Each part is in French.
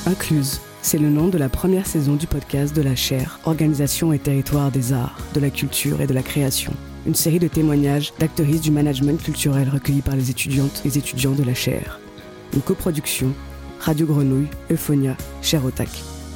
Incluse, c'est le nom de la première saison du podcast de la chaire Organisation et territoire des arts, de la culture et de la création. Une série de témoignages d'actrices du management culturel recueillis par les étudiantes et étudiants de la chaire. Une coproduction, Radio Grenouille, Euphonia, Chaire Otac.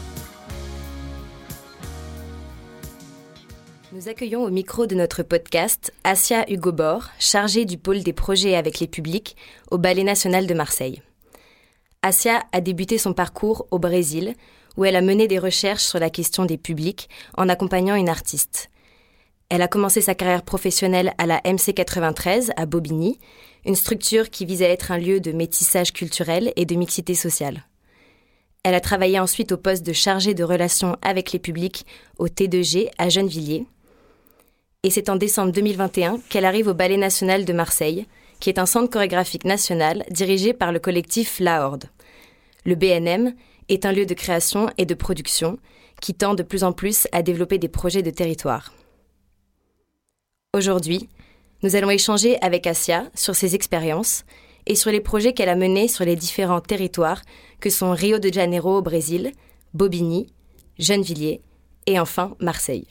Nous accueillons au micro de notre podcast Assia Hugo-Bor, chargée du pôle des projets avec les publics au Ballet National de Marseille. Assia a débuté son parcours au Brésil, où elle a mené des recherches sur la question des publics en accompagnant une artiste. Elle a commencé sa carrière professionnelle à la MC93 à Bobigny, une structure qui vise à être un lieu de métissage culturel et de mixité sociale. Elle a travaillé ensuite au poste de chargée de relations avec les publics au T2G à Gennevilliers. Et c'est en décembre 2021 qu'elle arrive au Ballet National de Marseille, qui est un centre chorégraphique national dirigé par le collectif La Horde. Le BNM est un lieu de création et de production qui tend de plus en plus à développer des projets de territoire. Aujourd'hui, nous allons échanger avec Assia sur ses expériences et sur les projets qu'elle a menés sur les différents territoires que sont Rio de Janeiro au Brésil, Bobigny, Gennevilliers et enfin Marseille.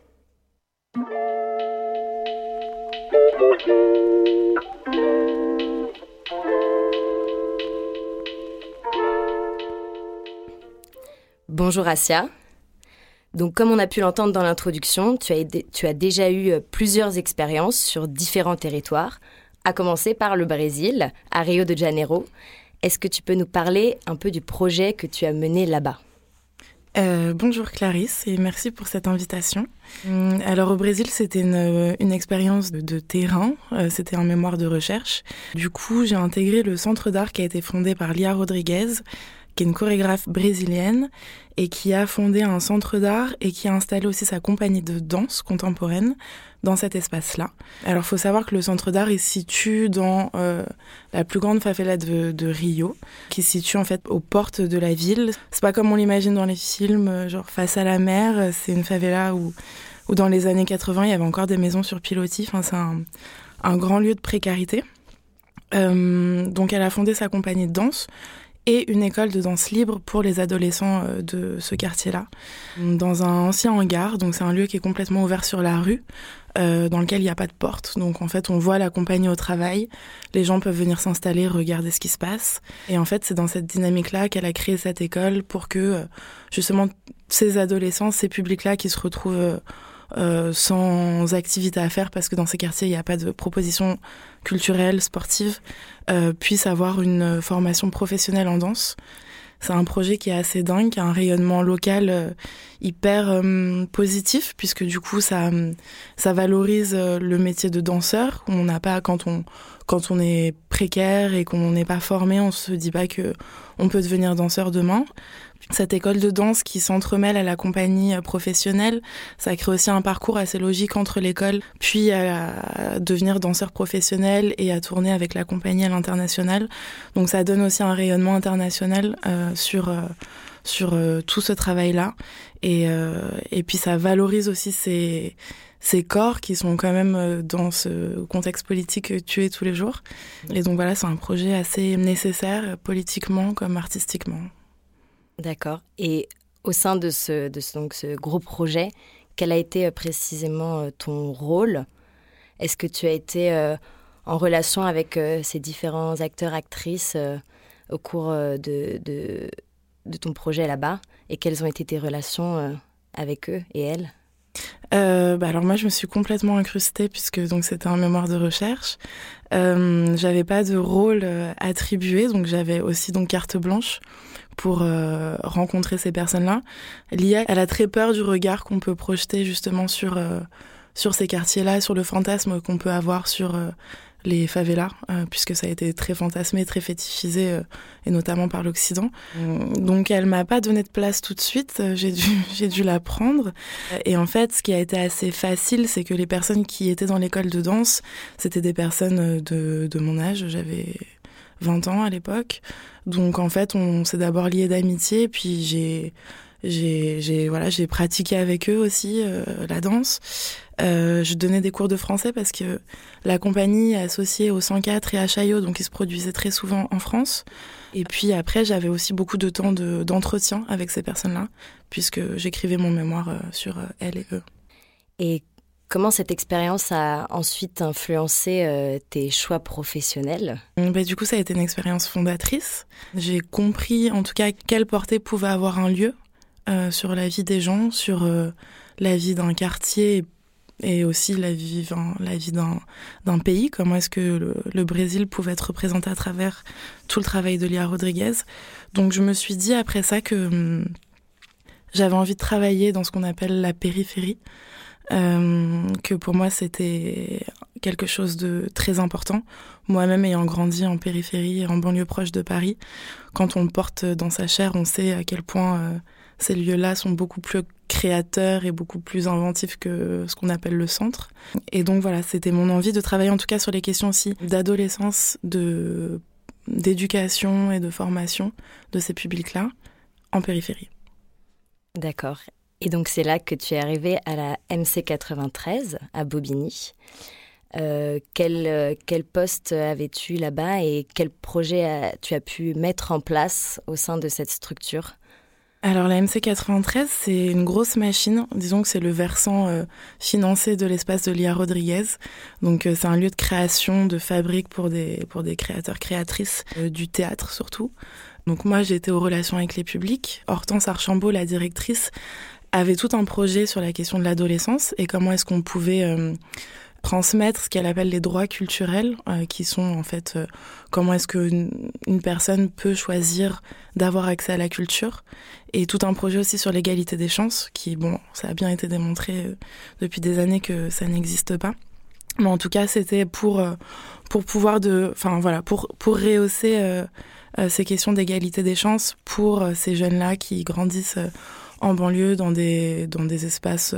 Bonjour Assia. Donc comme on a pu l'entendre dans l'introduction, tu as déjà eu plusieurs expériences sur différents territoires, à commencer par le Brésil, à Rio de Janeiro. Est-ce que tu peux nous parler un peu du projet que tu as mené là-bas ? Bonjour Clarisse et merci pour cette invitation. Alors au Brésil, c'était une expérience de terrain, c'était un mémoire de recherche. Du coup, j'ai intégré le centre d'art qui a été fondé par Lia Rodrigues, qui est une chorégraphe brésilienne et qui a fondé un centre d'art et qui a installé aussi sa compagnie de danse contemporaine dans cet espace-là. Alors, il faut savoir que le centre d'art est situé dans la plus grande favela de Rio, qui se situe en fait aux portes de la ville. C'est pas comme on l'imagine dans les films, genre face à la mer. C'est une favela où dans les années 80, il y avait encore des maisons sur pilotis. Enfin, c'est un grand lieu de précarité. Donc, elle a fondé sa compagnie de danse et une école de danse libre pour les adolescents de ce quartier-là, dans un ancien hangar. Donc c'est un lieu qui est complètement ouvert sur la rue, dans lequel il n'y a pas de porte. Donc en fait, on voit la compagnie au travail, les gens peuvent venir s'installer, regarder ce qui se passe. Et en fait, c'est dans cette dynamique-là qu'elle a créé cette école pour que, justement, ces adolescents, ces publics-là qui se retrouvent sans activité à faire parce que dans ces quartiers il n'y a pas de propositions culturelles, sportives, puissent avoir une formation professionnelle en danse. C'est un projet qui est assez dingue, qui a un rayonnement local hyper positif, puisque du coup ça valorise le métier de danseur. On n'a pas, quand on est précaire et qu'on n'est pas formé, on se dit pas que on peut devenir danseur demain. Cette école de danse qui s'entremêle à la compagnie professionnelle, ça crée aussi un parcours assez logique entre l'école, puis à devenir danseur professionnel et à tourner avec la compagnie à l'international. Donc ça donne aussi un rayonnement international sur tout ce travail-là. Et puis ça valorise aussi ces corps qui sont quand même dans ce contexte politique tués tous les jours. Et donc voilà, c'est un projet assez nécessaire politiquement comme artistiquement. D'accord. Et au sein de ce gros projet, quel a été précisément ton rôle ? Est-ce que tu as été en relation avec ces différents acteurs, actrices au cours de ton projet là-bas ? Et quelles ont été tes relations avec eux et elles ? Alors moi je me suis complètement incrustée puisque donc c'était un mémoire de recherche. J'avais pas de rôle attribué, donc j'avais aussi donc carte blanche pour rencontrer ces personnes-là. Lia, elle a très peur du regard qu'on peut projeter justement sur ces quartiers-là, sur le fantasme qu'on peut avoir sur les favelas, puisque ça a été très fantasmé, très fétichisé, et notamment par l'Occident. Donc elle m'a pas donné de place tout de suite, j'ai dû la prendre. Et en fait, ce qui a été assez facile, c'est que les personnes qui étaient dans l'école de danse, c'était des personnes de mon âge, j'avais 20 ans à l'époque. Donc en fait, on s'est d'abord liés d'amitié, puis J'ai pratiqué avec eux aussi la danse. Je donnais des cours de français parce que la compagnie est associée au 104 et à Chaillot, donc ils se produisaient très souvent en France. Et puis après, j'avais aussi beaucoup de temps d'entretien avec ces personnes-là, puisque j'écrivais mon mémoire sur elles et eux. Et comment cette expérience a ensuite influencé tes choix professionnels ? Du coup, ça a été une expérience fondatrice. J'ai compris en tout cas quelle portée pouvait avoir un lieu sur la vie des gens, sur la vie d'un quartier et aussi la vie d'un pays. Comment est-ce que le Brésil pouvait être représenté à travers tout le travail de Lia Rodriguez. Donc je me suis dit après ça que j'avais envie de travailler dans ce qu'on appelle la périphérie, que pour moi c'était quelque chose de très important. Moi-même ayant grandi en périphérie, en banlieue proche de Paris, quand on le porte dans sa chair, on sait à quel point ces lieux-là sont beaucoup plus créateurs et beaucoup plus inventifs que ce qu'on appelle le centre. Et donc voilà, c'était mon envie de travailler en tout cas sur les questions aussi d'adolescence, d'éducation et de formation de ces publics-là en périphérie. D'accord. Et donc c'est là que tu es arrivée à la MC93 à Bobigny. Quel poste avais-tu là-bas et quel projet tu as pu mettre en place au sein de cette structure ? Alors la MC93, c'est une grosse machine. Disons que c'est le versant financé de l'espace de Lia Rodriguez. Donc c'est un lieu de création, de fabrique pour des créateurs, créatrices du théâtre surtout. Donc moi j'étais aux relations avec les publics. Hortense Archambault, la directrice, avait tout un projet sur la question de l'adolescence et comment est-ce qu'on pouvait transmettre ce qu'elle appelle les droits culturels, qui sont en fait comment est-ce qu'une personne peut choisir d'avoir accès à la culture, et tout un projet aussi sur l'égalité des chances, qui, ça a bien été démontré depuis des années que ça n'existe pas. Mais en tout cas, c'était pour pouvoir pour rehausser ces questions d'égalité des chances pour ces jeunes-là qui grandissent en banlieue dans des espaces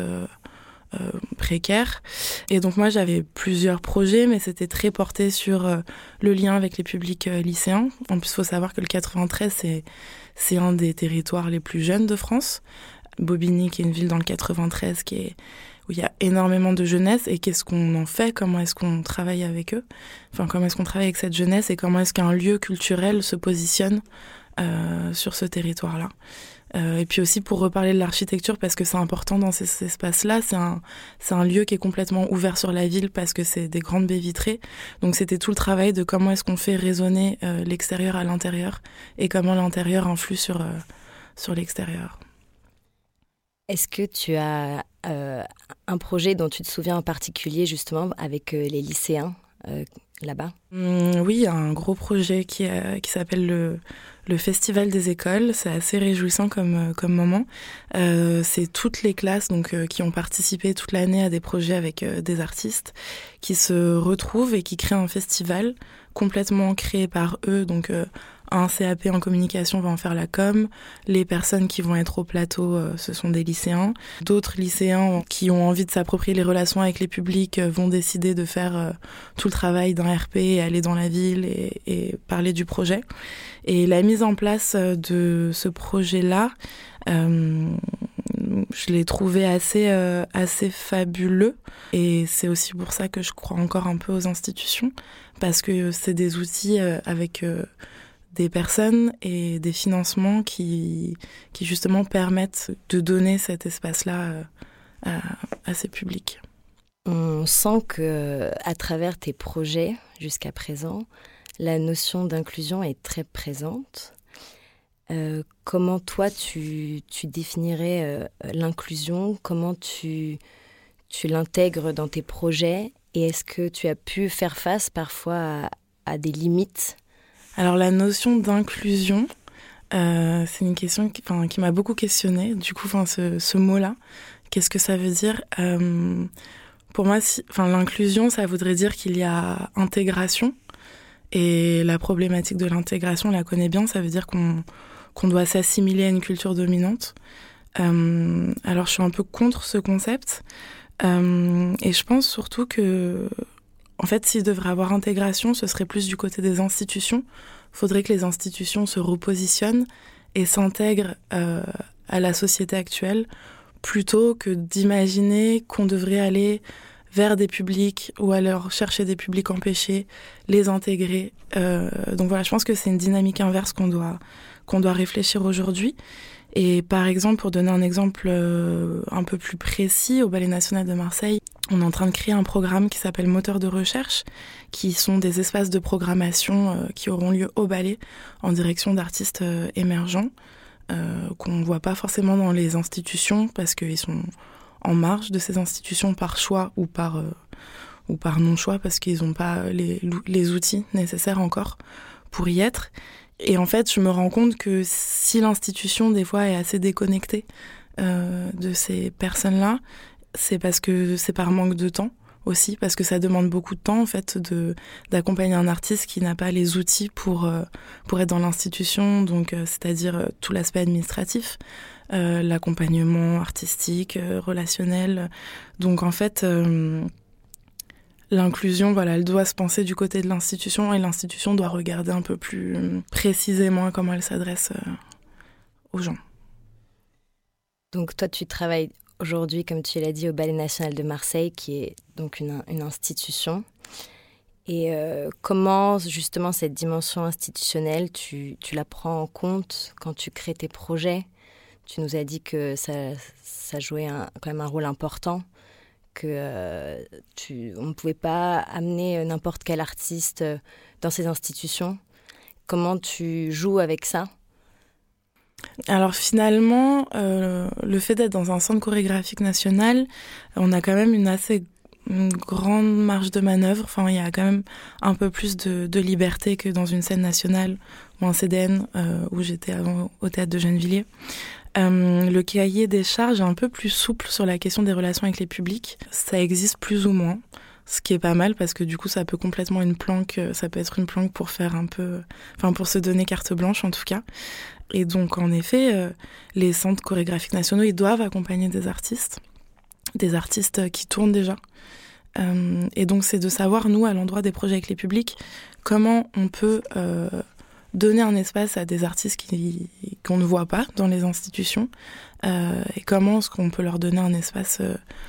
précaires. Et donc moi j'avais plusieurs projets, mais c'était très porté sur le lien avec les publics lycéens. En plus il faut savoir que le 93 c'est un des territoires les plus jeunes de France. Bobigny qui est une ville dans le 93 où il y a énormément de jeunesse, et qu'est-ce qu'on en fait, comment est-ce qu'on travaille avec eux, comment est-ce qu'on travaille avec cette jeunesse et comment est-ce qu'un lieu culturel se positionne sur ce territoire-là. Et puis aussi pour reparler de l'architecture, parce que c'est important dans ces espaces-là, c'est un lieu qui est complètement ouvert sur la ville parce que c'est des grandes baies vitrées. Donc c'était tout le travail de comment est-ce qu'on fait résonner l'extérieur à l'intérieur et comment l'intérieur influe sur l'extérieur. Est-ce que tu as un projet dont tu te souviens en particulier justement avec les lycéens là-bas ? Oui, il y a un gros projet qui s'appelle le Festival des écoles. C'est assez réjouissant comme moment. C'est toutes les classes qui ont participé toute l'année à des projets avec des artistes qui se retrouvent et qui créent un festival complètement créé par eux. Donc un CAP en communication va en faire la com. Les personnes qui vont être au plateau, ce sont des lycéens. D'autres lycéens qui ont envie de s'approprier les relations avec les publics vont décider de faire tout le travail d'un RP et aller dans la ville et parler du projet. Et la mise en place de ce projet-là, je l'ai trouvé assez fabuleux. Et c'est aussi pour ça que je crois encore un peu aux institutions, parce que c'est des outils avec des personnes et des financements qui justement permettent de donner cet espace-là à ces publics. On sent que à travers tes projets jusqu'à présent, la notion d'inclusion est très présente. Comment toi tu définirais l'inclusion ? Comment tu l'intègres dans tes projets ? Et est-ce que tu as pu faire face parfois à des limites ? Alors la notion d'inclusion, c'est une question qui m'a beaucoup questionnée. Du coup, ce mot-là, qu'est-ce que ça veut dire ? Pour moi, l'inclusion, ça voudrait dire qu'il y a intégration. Et la problématique de l'intégration, on la connaît bien. Ça veut dire qu'on doit s'assimiler à une culture dominante. Alors, je suis un peu contre ce concept. Et je pense surtout que, en fait, s'il devrait avoir intégration, ce serait plus du côté des institutions. Il faudrait que les institutions se repositionnent et s'intègrent à la société actuelle, plutôt que d'imaginer qu'on devrait aller vers des publics ou alors chercher des publics empêchés, les intégrer. Donc voilà, je pense que c'est une dynamique inverse qu'on doit réfléchir aujourd'hui. Et par exemple, pour donner un exemple un peu plus précis, au Ballet National de Marseille, on est en train de créer un programme qui s'appelle Moteur de recherche, qui sont des espaces de programmation qui auront lieu au ballet en direction d'artistes émergents, qu'on ne voit pas forcément dans les institutions parce qu'ils sont en marge de ces institutions par choix ou par non-choix parce qu'ils n'ont pas les outils nécessaires encore pour y être. Et en fait, je me rends compte que si l'institution, des fois, est assez déconnectée de ces personnes-là, c'est parce que c'est par manque de temps aussi, parce que ça demande beaucoup de temps, en fait, d'accompagner un artiste qui n'a pas les outils pour être dans l'institution, donc c'est-à-dire tout l'aspect administratif, l'accompagnement artistique, relationnel. Donc, en fait, l'inclusion, voilà, elle doit se penser du côté de l'institution et l'institution doit regarder un peu plus précisément comment elle s'adresse aux gens. Donc toi, tu travailles aujourd'hui, comme tu l'as dit, au Ballet National de Marseille, qui est donc une institution. Et comment, justement, cette dimension institutionnelle, tu la prends en compte quand tu crées tes projets ? Tu nous as dit que ça jouait quand même un rôle important, qu'on ne pouvait pas amener n'importe quel artiste dans ces institutions. Comment tu joues avec ça ? Alors finalement, le fait d'être dans un centre chorégraphique national, on a quand même une grande marge de manœuvre. Enfin, il y a quand même un peu plus de liberté que dans une scène nationale ou un CDN où j'étais avant au théâtre de Gennevilliers. Le cahier des charges est un peu plus souple sur la question des relations avec les publics. Ça existe plus ou moins, ce qui est pas mal parce que du coup ça peut complètement ça peut être une planque pour faire pour se donner carte blanche en tout cas. Et donc en effet, les centres chorégraphiques nationaux, ils doivent accompagner des artistes qui tournent déjà. Et donc c'est de savoir, nous, à l'endroit des projets avec les publics, comment on peut donner un espace à des artistes qu'on ne voit pas dans les institutions et comment est-ce qu'on peut leur donner un espace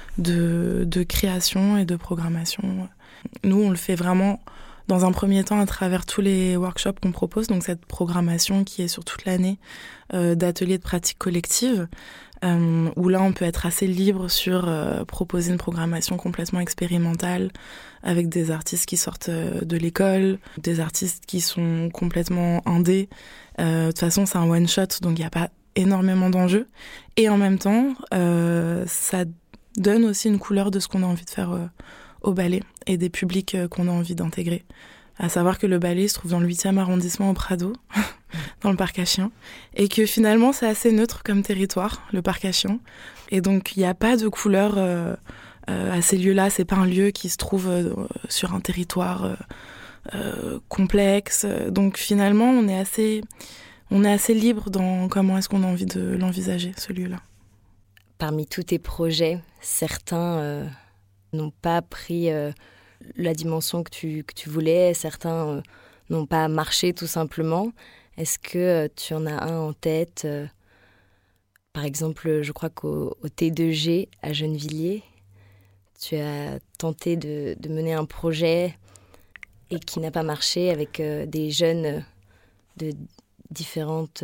de création et de programmation. Nous, on le fait vraiment dans un premier temps à travers tous les workshops qu'on propose, donc cette programmation qui est sur toute l'année d'ateliers de pratique collective, où là on peut être assez libre sur proposer une programmation complètement expérimentale avec des artistes qui sortent de l'école, des artistes qui sont complètement indés. De toute façon c'est un one-shot, donc il n'y a pas énormément d'enjeux. Et en même temps, ça donne aussi une couleur de ce qu'on a envie de faire au ballet et des publics qu'on a envie d'intégrer. À savoir que le ballet se trouve dans le 8e arrondissement au Prado, dans le parc à chiens, et que finalement c'est assez neutre comme territoire, le parc à chiens. Et donc il n'y a pas de couleur à ces lieux-là, c'est pas un lieu qui se trouve sur un territoire complexe. Donc finalement on est assez libre dans comment est-ce qu'on a envie de l'envisager, ce lieu-là. Parmi tous tes projets, certains n'ont pas pris la dimension que tu voulais, certains n'ont pas marché tout simplement. Est-ce que tu en as un en tête Par exemple, je crois qu'au T2G à Gennevilliers, tu as tenté de mener un projet et qui n'a pas marché avec des jeunes de différentes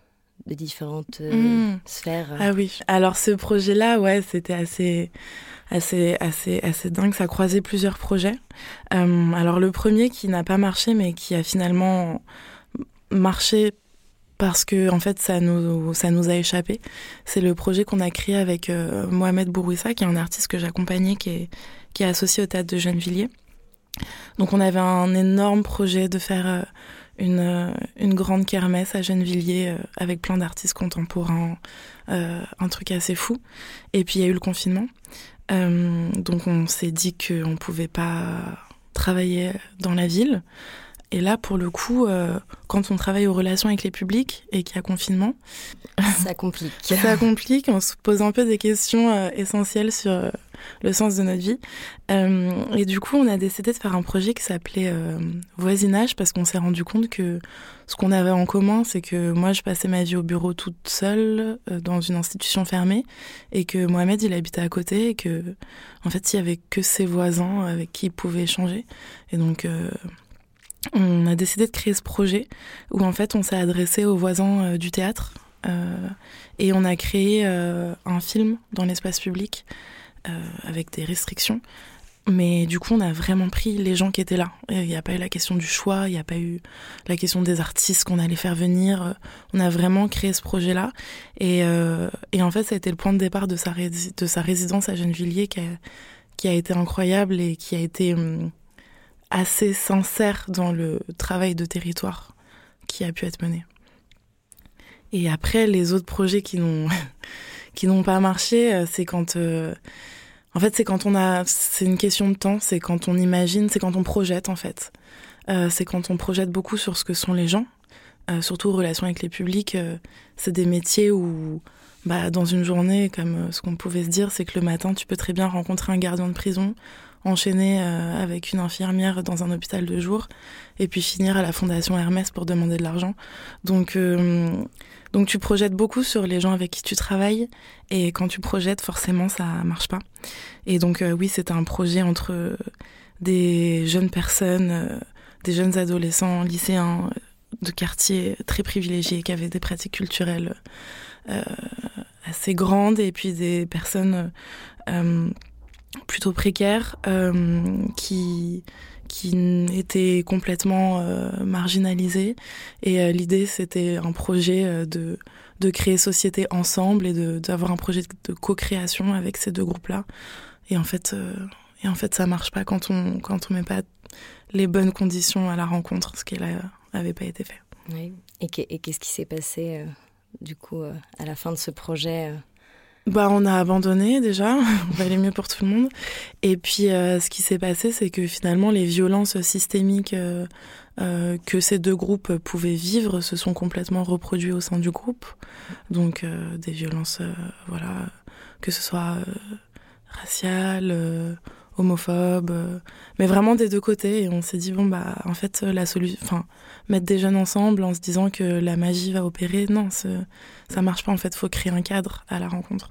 sphères. Ah oui. Alors ce projet-là, ouais, c'était assez dingue. Ça croisait plusieurs projets. Alors le premier qui n'a pas marché, mais qui a finalement marché parce que en fait ça nous a échappé. C'est le projet qu'on a créé avec Mohamed Bourouissa, qui est un artiste que j'accompagnais, qui est associé au théâtre de Gennevilliers. Donc on avait un énorme projet de faire une grande kermesse à Gennevilliers avec plein d'artistes contemporains, un truc assez fou. Et puis il y a eu le confinement. Donc on s'est dit qu'on ne pouvait pas travailler dans la ville. Et là, pour le coup, quand on travaille aux relations avec les publics et qu'il y a confinement... Ça complique. Ça complique, on se pose un peu des questions essentielles sur le sens de notre vie. Et du coup, on a décidé de faire un projet qui s'appelait Voisinage, parce qu'on s'est rendu compte que ce qu'on avait en commun, c'est que moi, je passais ma vie au bureau toute seule, dans une institution fermée, et que Mohamed, il habitait à côté, et que, en fait, il y avait que ses voisins avec qui il pouvait échanger. Et donc, on a décidé de créer ce projet où, en fait, on s'est adressé aux voisins du théâtre, et on a créé un film dans l'espace public avec des restrictions. Mais du coup, on a vraiment pris les gens qui étaient là. Il n'y a pas eu la question du choix, il n'y a pas eu la question des artistes qu'on allait faire venir. On a vraiment créé ce projet-là. Et en fait, ça a été le point de départ de sa résidence à Gennevilliers qui a été incroyable et qui a été assez sincère dans le travail de territoire qui a pu être mené. Et après, les autres projets qui n'ont pas marché, c'est quand... En fait, c'est une question de temps, c'est quand on imagine, c'est quand on projette, en fait. C'est quand on projette beaucoup sur ce que sont les gens, surtout en relation avec les publics. C'est des métiers où, dans une journée, comme ce qu'on pouvait se dire, c'est que le matin, tu peux très bien rencontrer un gardien de prison, enchaîner avec une infirmière dans un hôpital de jour, et puis finir à la Fondation Hermès pour demander de l'argent. Donc tu projettes beaucoup sur les gens avec qui tu travailles, et quand tu projettes, forcément, ça marche pas. Et donc oui, c'était un projet entre des jeunes personnes, des jeunes adolescents, lycéens de quartiers très privilégiés qui avaient des pratiques culturelles assez grandes, et puis des personnes plutôt précaires qui étaient complètement marginalisées. Et l'idée, c'était un projet de créer société ensemble et d'avoir un projet de co-création avec ces deux groupes-là. Et en fait, ça marche pas quand on met pas les bonnes conditions à la rencontre, ce qui n'avait pas été fait. Oui. Et qu'est-ce qui s'est passé du coup à la fin de ce projet On a abandonné déjà, on valait mieux pour tout le monde. Et puis ce qui s'est passé, c'est que finalement les violences systémiques que ces deux groupes pouvaient vivre se sont complètement reproduites au sein du groupe. Donc des violences, que ce soit raciales, homophobes, mais vraiment des deux côtés. Et on s'est dit en fait la solution, mettre des jeunes ensemble en se disant que la magie va opérer, non, ça marche pas. En fait, faut créer un cadre à la rencontre.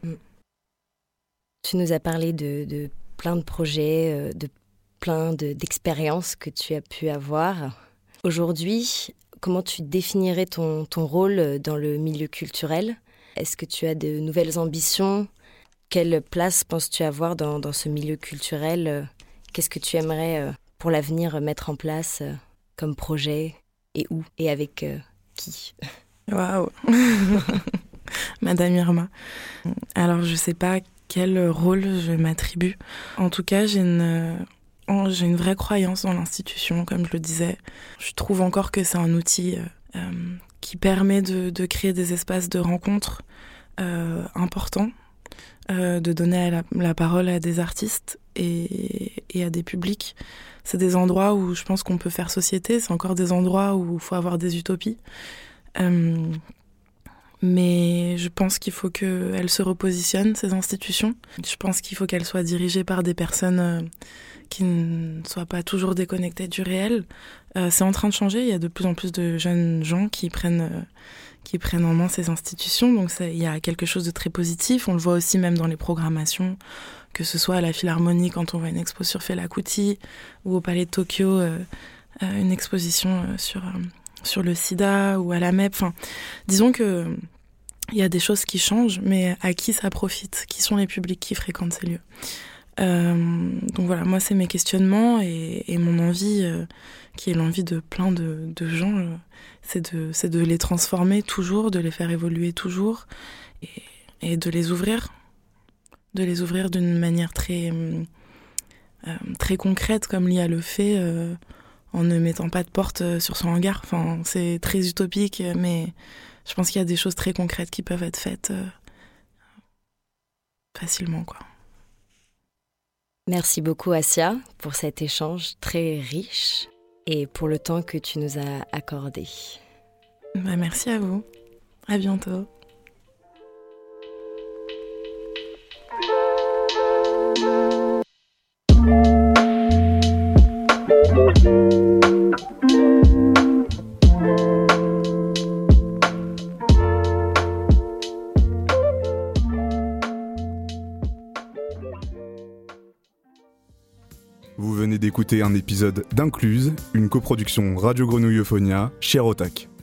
Tu nous as parlé de plein de projets, de plein d'expériences que tu as pu avoir. Aujourd'hui, comment tu définirais ton rôle dans le milieu culturel ? Est-ce que tu as de nouvelles ambitions ? Quelle place penses-tu avoir dans ce milieu culturel ? Qu'est-ce que tu aimerais pour l'avenir mettre en place comme projet ? Et où ? Et avec qui ? Waouh. Madame Irma. Alors, je sais pas quel rôle je m'attribue. En tout cas, j'ai une vraie croyance dans l'institution, comme je le disais. Je trouve encore que c'est un outil qui permet de créer des espaces de rencontre importants, de donner la parole à des artistes et à des publics. C'est des endroits où je pense qu'on peut faire société, c'est encore des endroits où il faut avoir des utopies. Mais je pense qu'il faut qu'elles se repositionnent, ces institutions. Je pense qu'il faut qu'elles soient dirigées par des personnes qui ne soient pas toujours déconnectées du réel. C'est en train de changer, il y a de plus en plus de jeunes gens qui prennent en main ces institutions. Donc il y a quelque chose de très positif. On le voit aussi même dans les programmations, que ce soit à la Philharmonie quand on voit une expo sur Fela Kuti, ou au Palais de Tokyo, une exposition sur le sida, ou à la MEP. Enfin, disons que il y a des choses qui changent, mais à qui ça profite ? Qui sont les publics qui fréquentent ces lieux ? Donc voilà, moi c'est mes questionnements et mon envie, qui est l'envie de plein de gens, c'est de les transformer toujours, de les faire évoluer toujours et de les ouvrir d'une manière très concrète, comme Lia le fait, en ne mettant pas de porte sur son hangar. Enfin, c'est très utopique, mais je pense qu'il y a des choses très concrètes qui peuvent être faites facilement, quoi. Merci beaucoup, Assia, pour cet échange très riche et pour le temps que tu nous as accordé. Merci à vous. À bientôt. d'écouter un épisode d'Incluse, une coproduction Radio Grenouille Euphonia, Cher Otak.